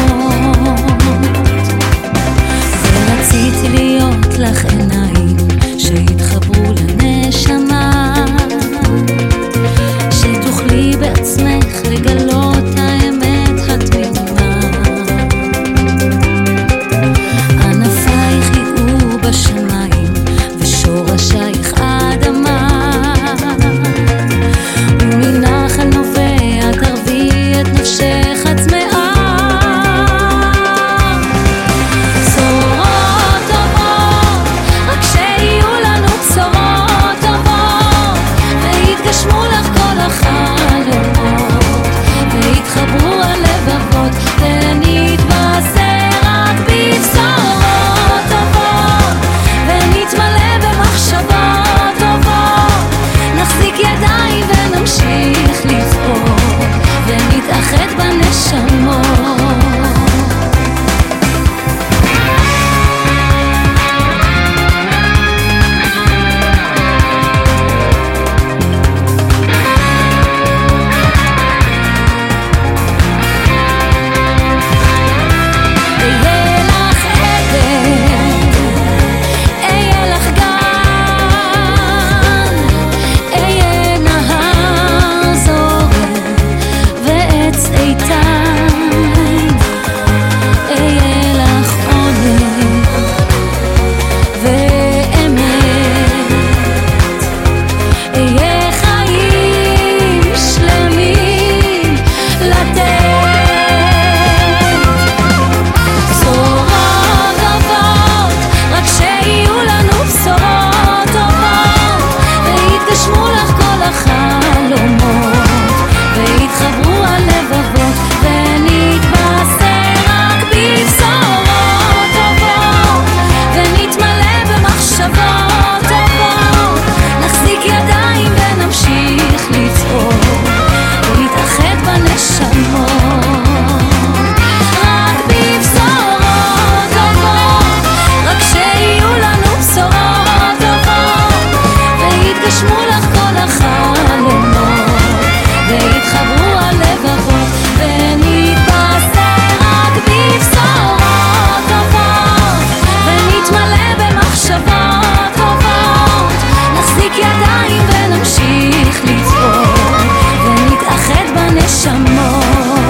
ורציתי להיות לך עיניים שהתחברו לנשמה, שתוכלי בעצמך לגלות האמת התמימה. ענפייך יגעו בשמיים ושורשייך אדמה, ומנחל נובע תרבי את נפשך הצמאה. בשורות טובות, רק שיהיו לנו בשורות טובות, ויתגשמו לך כל החלומות, ויתחברו הלבבות, ונתבשר רק בבשורות טובות, ונתמלא במחשבות טובות, נחזיק ידיים ונמשיך לפעול, ונתאחד בנשמות. אהיה לך עדן, אהיה לך גן, אהיה נהר זורם ועץ איתן, אהיה לך עונג ואמת, אהיה חיים שלמים לתת. בשורות טובות, רק שיהיו לנו בשורות טובות, ויתגשמו לך כל החלומות, ויתחברו הלבבות, ונתבשר רק בבשורות טובות, ונתמלא במחשבות טובות, נחזיק ידיים ונמשיך לצעוד, ונתאחד בנשמות. רק בבשורות טובות, רק שיהיו לנו בשורות טובות, ויתגשמו לך כל החלומות, ויתחברו הלבבות, ונתבשר רק בבשורות טובות, ונתמלא במחשבות טובות, נחזיק ידיים ונמשיך לצפות, ונתאחד בנשמות.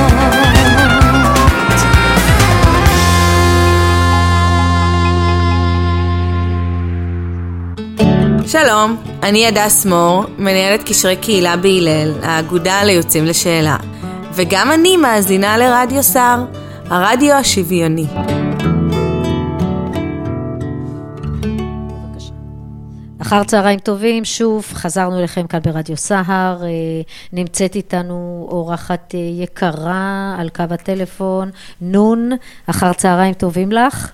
שלום, אני הדס מור, מנהלת קשרי קהילה בהילל, האגודה ליוצאים לשאלה. וגם אני מאזינה לרדיו סער, הרדיו השוויוני. אחר צהריים טובים, שוב חזרנו לכם כאן ברדיו סהר, נמצאת איתנו אורחת יקרה על קו הטלפון, נון, אחר צהריים טובים לך.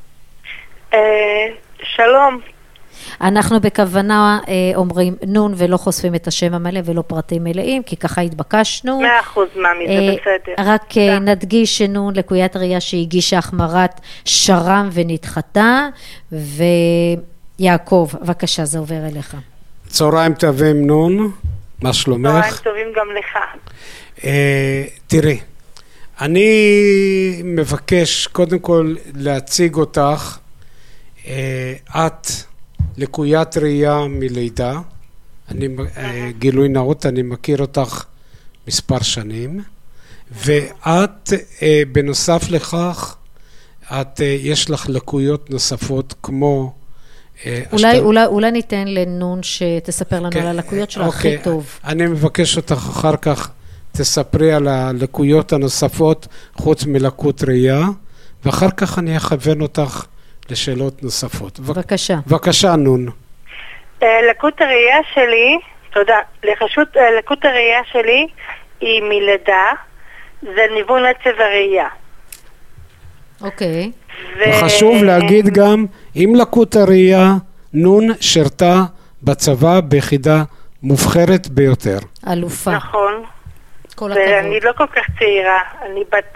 שלום. אנחנו בכוונה אומרים נון ולא חושפים את השם המלא ולא פרטים מלאים, כי ככה התבקשנו. 100% מאמי, זה בסדר. רק נדגיש שנון לקוית ראייה שהגישה החמרת שרם ונדחתה, ויעקב, בבקשה, זה עובר אליך. צהריים טובים נון, מה שלומך? צהריים טובים גם לך. תראי, אני מבקש קודם כל להציג אותך, את לקוית ראייה מלידה, גילוי נאות, אני מכיר אותך מספר שנים, ואת בנוסף לכך, יש לך לקויות נוספות כמו... אולי ניתן לנון שתספר לנו על הלקויות שלה הכי טוב. אני מבקש אותך אחר כך, תספרי על הלקויות הנוספות חוץ מלקות ראייה, ואחר כך אני אכוון אותך לשאלות נוספות. בבקשה. בבקשה, נון. לקות הראייה שלי, תודה, לקות הראייה שלי היא מלידה, זה ניוון עצב הראייה. אוקיי. וחשוב להגיד גם, עם לקות הראייה, נון שרתה בצבא ביחידה מובחרת ביותר. אלופה. נכון. כל הכבוד. ואני לא כל כך צעירה, אני בת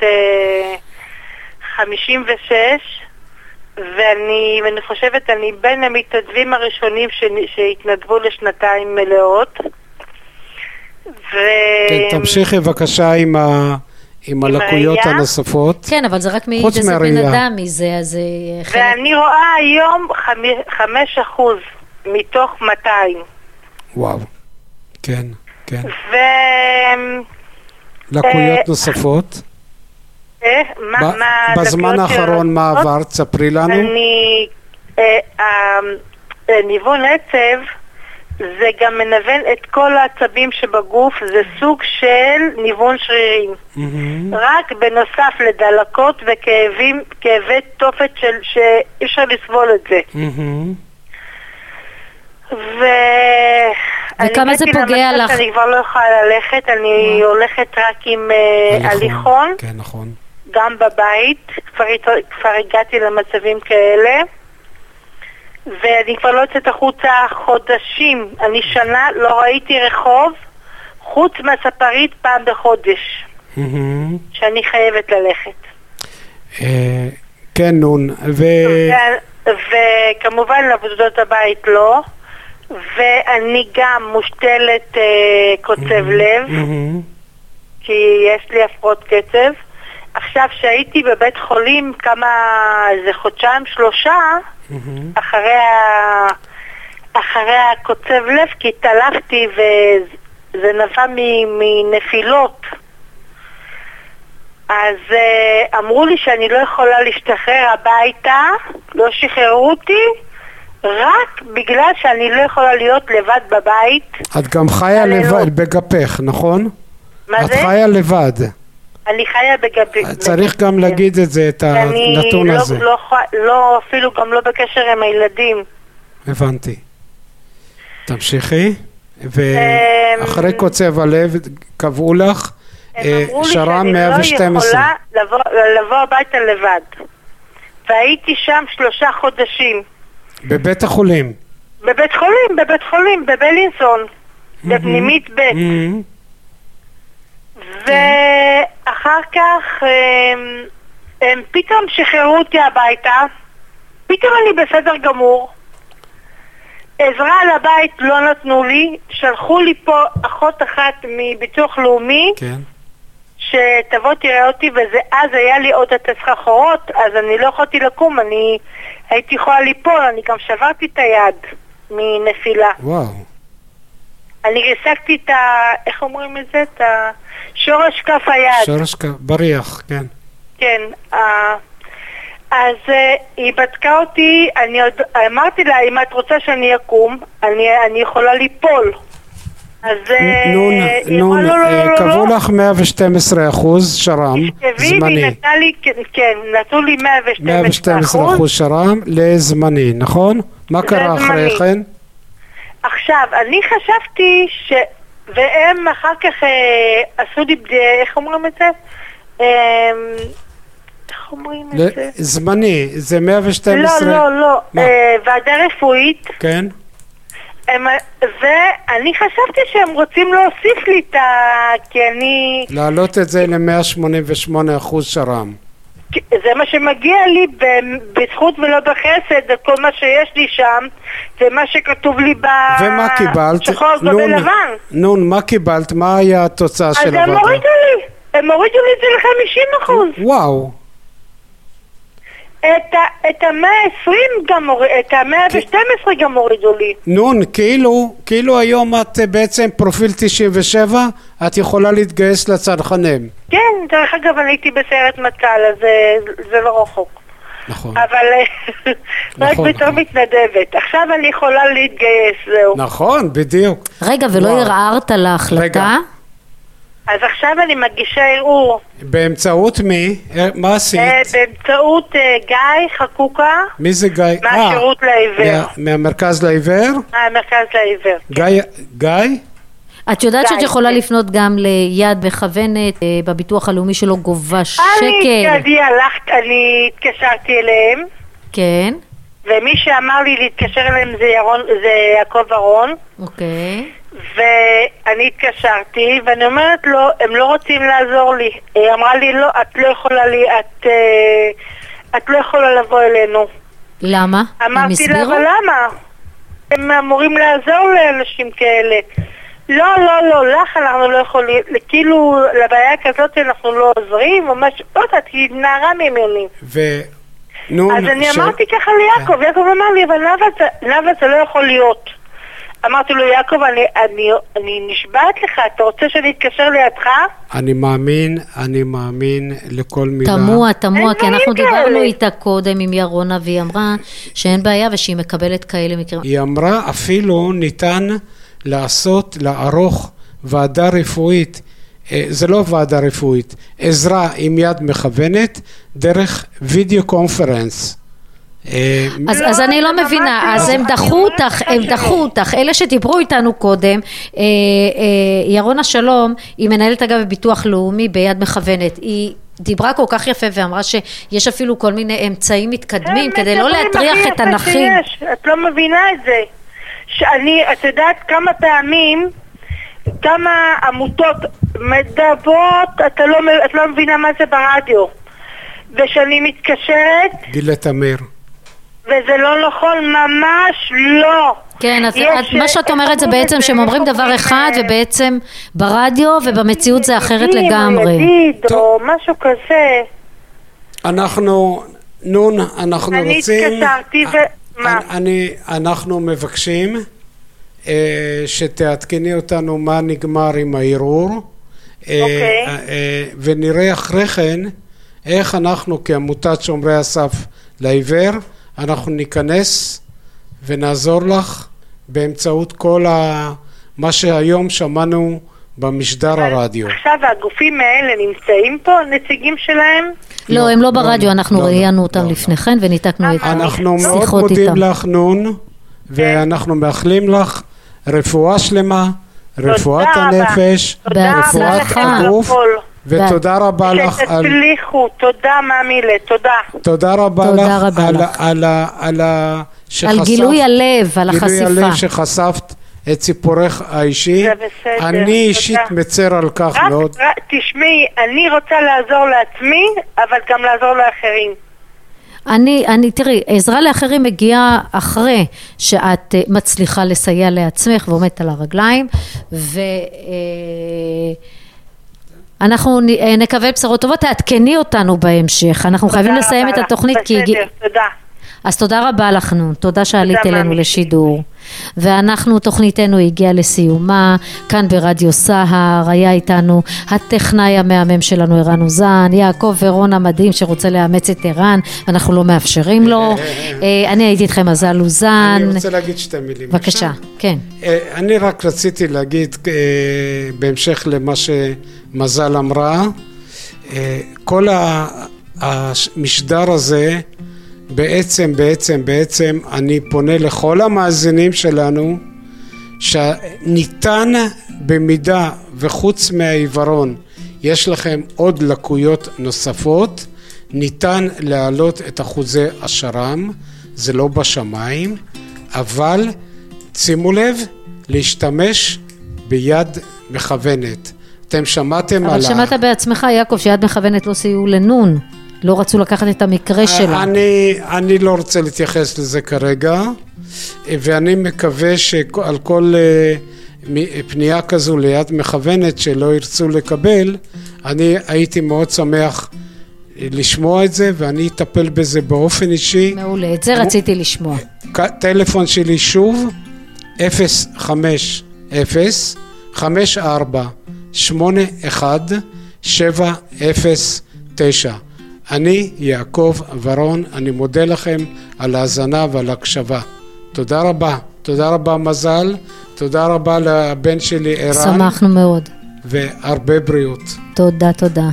56, ואני חושבת, אני בין המתנדבים הראשונים שהתנדבו לשנתיים מלאות. כן, תמשיכי בבקשה עם הלקויות הנוספות. כן, אבל זה רק מאיזה בן אדם מזה, אז... ואני רואה היום 5% מתוך 200. וואו, כן, כן. לקויות נוספות? בזמן האחרון מה עברת? ספרי לנו. ניוון עצב זה גם מנוון את כל העצבים שבגוף, זה סוג של ניוון שרירים. רק בנוסף לדלקות וכאבי תופת שאי אפשר לסבול את זה. וכמה זה פוגע לך? אני כבר לא יכולה ללכת, אני הולכת רק עם הליכון. כן, נכון. גם בבית, כבר הגעתי למצבים כאלה. ואני כבר לא יוצאת החוצה חודשים. אני שנה לא ראיתי רחוב חוץ מהספרית פעם בחודש. שאני חייבת ללכת. כן, נון. וכמובן לעבודות הבית לא. ואני גם מושתלת קוצב לב. כי יש לי הפרעות קצב. עכשיו שהייתי בבית חולים איזה חודשיים, 3, אחרי הקוצב לב, כי התעלפתי וזה נבע מנפילות. אז אמרו לי שאני לא יכולה להשתחרר הביתה, לא שחררו אותי, רק בגלל שאני לא יכולה להיות לבד בבית. את גם חיה לבד בגפך, נכון? מה זה? את חיה לבד. אני חיה בגפך. צריך גם להגיד את זה, את הנתון הזה. לא, אפילו גם לא בקשר עם הילדים. הבנתי. תמשיכי. ואחרי קוצב הלב קבעו לך שרם 112. אמרו לי שאני לא יכולה לבוא הביתה לבד. והייתי שם 3 חודשים. בבית החולים? בבית חולים, בבלינסון. בפנימית ב'. ואחר כך הם פתאום שחררו אותי הביתה, פתאום אני בסדר גמור, עזרה לבית לא נתנו לי, שלחו לי פה אחות אחת מביטוח לאומי, כן. שתבוא תראה אותי, ואז היה לי עוד את הסחרחורות, אז אני לא יכולתי לקום, אני הייתי יכולה ליפול, אני גם שברתי את היד מנפילה. וואו. אני ריסקתי את איך אומרים את זה? את שורש כף היד. שורש כף, בריח, כן. כן. אז היא בדקה אותי, אמרתי לה, אם את רוצה שאני אקום, אני יכולה ליפול. אז... נון, קבעו לך 112% שרם, זמני. כן, נתנו לי 112% שרם לזמני, נכון? מה קרה אחרי כן? עכשיו, אני חשבתי והם אחר כך עשו לי, איך אומרים את זה? איך אומרים את זה? זמני, זה 112. לא, ועדה רפואית. כן. ואני חשבתי שהם רוצים להוסיף לי כי אני... להעלות את זה ל-188% שר"ם. זה מה שמגיע לי בזכות ולא בחסד, כל מה שיש לי שם, ומה שכתוב לי ומה קיבלת? שחור גבי לבן. נון, מה קיבלת? מה היה התוצאה של הוועדה? אז הם הורידו לי את זה ל-50%. וואו. את ה-120 גם את ה-112 גם הורידו לי. נון, כאילו היום את בעצם פרופיל 97, את יכולה להתגייס לצנחנים. כן, דרך אגב אני הייתי בסיירת מטכ"ל, אז זה לא רחוק. נכון. אבל רק בתור מתנדבת. עכשיו אני יכולה להתגייס, זהו. נכון, בדיוק. רגע, ולא ערערת על ההחלטה? אז עכשיו אני מגישה ערעור. באמצעות מי? מה עשית? באמצעות גיא חקוקה. מי זה גיא? מהשירות לעיוור. מהמרכז לעיוור? המרכז לעיוור. גיא? את יודעת שאת יכולה לפנות גם ליד מכוונת, בביטוח הלאומי שלו גובה שקל. אני התקשרתי אליהם. כן. ומי שאמר לי להתקשר אליהם זה יעקב ארון. אוקיי. ואני התקשרתי ואני אומרת לו, הם לא רוצים לעזור לי. היא אמרה לי, לא, את לא יכולה לבוא אלינו. למה? אמרתי לה, אבל למה? הם אמורים לעזור לאנשים כאלה. לא, לך אנחנו לא יכולים, כאילו לבעיה כזאת אנחנו לא עוזרים, או משהו, לא יודעת, היא נערה מימיונים. אז אני אמרתי ככה ליעקב, יעקב אמר לי, אבל למה זה לא יכול להיות? אמרתי לו, יעקב, אני נשבעת לך, אתה רוצה שאני אתקשר לידך? אני מאמין לכל מילה. תמוה, כי אנחנו דיברנו איתה קודם עם ירונה, והיא אמרה שאין בעיה ושהיא מקבלת כאלה מקרים. היא אמרה, אפילו ניתן לערוך ועדה רפואית, זה לא ועדה רפואית, עזרה עם יד מכוונת, דרך וידאו קונפרנס. אז אני לא מבינה, אז הם דחו אותך, אלה שדיברו איתנו קודם, ירונה שלום, היא מנהלת אגב בביטוח לאומי ביד מכוונת, היא דיברה כל כך יפה ואמרה שיש אפילו כל מיני אמצעים מתקדמים כדי לא להטריח את הנכים. את לא מבינה את זה, את יודעת כמה פעמים, כמה עמותות מדברות, את לא מבינה מה זה ברדיו, ושאני מתקשרת גילה תמיר, וזה לא נכון, ממש לא. כן, מה שאת אומרת זה בעצם שהם אומרים דבר אחד ובעצם ברדיו ובמציאות זה אחרת לגמרי. או משהו כזה. אנחנו רוצים, אני התקשרתי אנחנו מבקשים שתעדכני אותנו מה נגמר עם הערעור, ונראה אחרי כן איך אנחנו כעמותת שומרי הסף לעיוור, אנחנו ניכנס ונעזור לך באמצעות כל מה שהיום שמענו במשדר הרדיו. עכשיו הגופים האלה נמצאים פה, נציגים שלהם? לא, הם לא ברדיו, אנחנו ראיינו אותם לפני כן וניתקנו את השיחות איתם. אנחנו מאוד מודים לך נון, ואנחנו מאחלים לך רפואה שלמה, רפואת הנפש, רפואת הגוף, ותודה רבה לך. שתצליחו, תודה מאמילה, תודה. תודה רבה לך על גילוי הלב, על החשיפה. גילוי הלב שחשפת את סיפורך האישי. זה בסדר. אני אישית מצר על כך מאוד. תשמעי, אני רוצה לעזור לעצמי, אבל גם לעזור לאחרים. תראי, עזרה לאחרים מגיעה אחרי שאת מצליחה לסייע לעצמך ועומדת על הרגליים, אנחנו נקבל בשורות טובות, תעדכני אותנו בהמשך, אנחנו חייבים לסיים את התוכנית. בסדר, תודה. אז תודה רבה לך נון, תודה שעלית אלינו לשידור. ואנחנו, תוכניתנו הגיעה לסיומה, כאן ברדיו סהר, היה איתנו הטכנאי המהמם שלנו ערן אוזן, יעקב ורון המדהים שרוצה לאמץ את ערן, אנחנו לא מאפשרים לו. אני הייתי איתכם מזל אוזן. אני רוצה להגיד שתי מילים. בבקשה, כן. אני רק רציתי להגיד, בהמשך למה שמזל אמרה, כל המשדר הזה, בעצם אני פונה לכל המאזינים שלנו שניתן במידה וחוץ מהעיוורון יש לכם עוד לקויות נוספות, ניתן להעלות את אחוזי השר"ם, זה לא בשמיים, אבל שימו לב להשתמש ביד מכוונת. אתם שמעתם על... אבל שמעת בעצמך, יעקב, שיד מכוונת לא סייעו לנון. לא רצו לקחת את המקרה שלה. אני לא רוצה להתייחס לזה כרגע, ואני מקווה שעל כל פנייה כזו ליד מכוונת שלא ירצו לקבל, אני הייתי מאוד שמח לשמוע את זה, ואני אטפל בזה באופן אישי. מעולה, את זה רציתי לשמוע. טלפון שלי שוב, 050-5481-709. אני יעקב ורון, אני מודה לכם על ההאזנה ועל ההקשבה. תודה רבה, תודה רבה מזל, תודה רבה לבן שלי ערן. שמחנו מאוד. והרבה בריאות. תודה, תודה.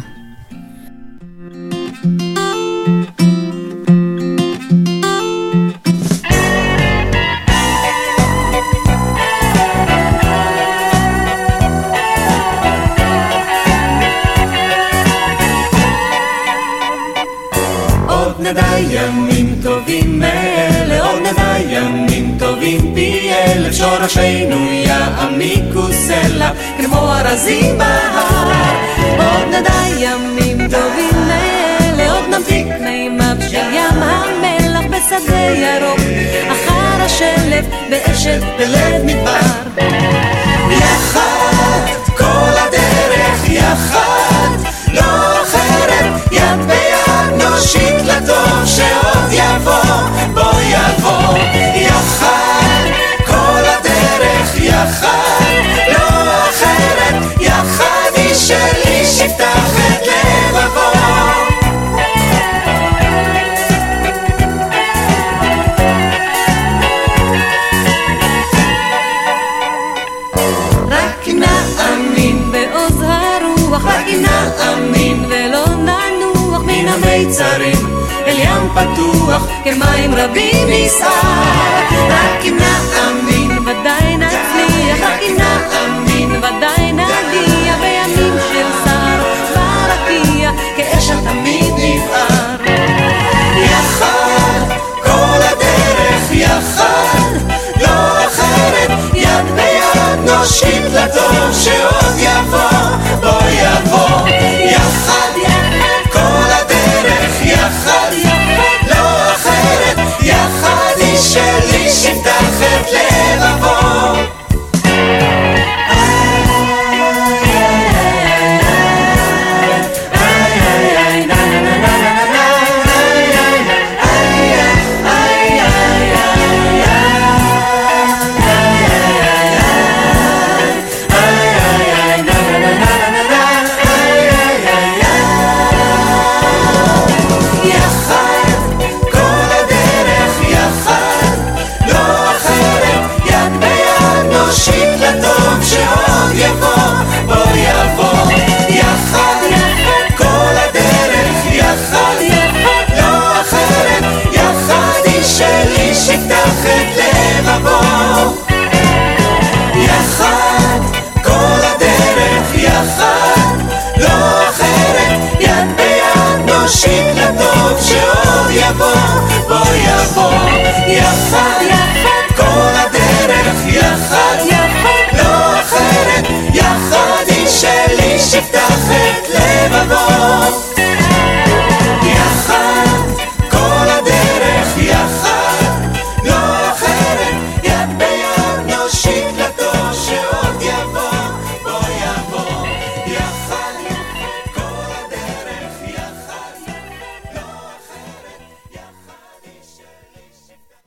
נדע ימים טובים מאלה, עוד נדע ימים טובים פי אלף, שורשינו יעמיקו סלע כמו ארזים בהר. עוד נדע ימים טובים מאלה, עוד נמתיק מימיו של ים המלח בשדה ירוק, אחר השלף באשת בלב מדבר. יחד כל הדרך, יחד לא אחרת, יד ביד נושיט לטוב שעוד יבוא, בוא יבוא. יחד כל הדרך, יחד לא אחרת, יחד היא שלי שיפתח את לבבו. רק אם נאמין בעוז הרוח, רק אם נאמין ולא ננוח מן המיצרים אל ים פתוח כמים רבים נסער. רק אם נאמין ודאי נצליח, רק אם נאמין ודאי נגיע בימים של שר ורקיע כאש תמיד נבער. יחד כל הדרך, יחד לא אחרת, יד ביד נושיט לטוב שעוד יבוא, בוא יבוא. יחד כל הדרך, יחד לא אחרת, יחד היא שלי שיפתח את לבבו. נושיט לטוב שעוד יבוא, בוא יבוא. יחד כל הדרך, יחד לא אחרת, יחד היא שלי שיפתח את לבבו.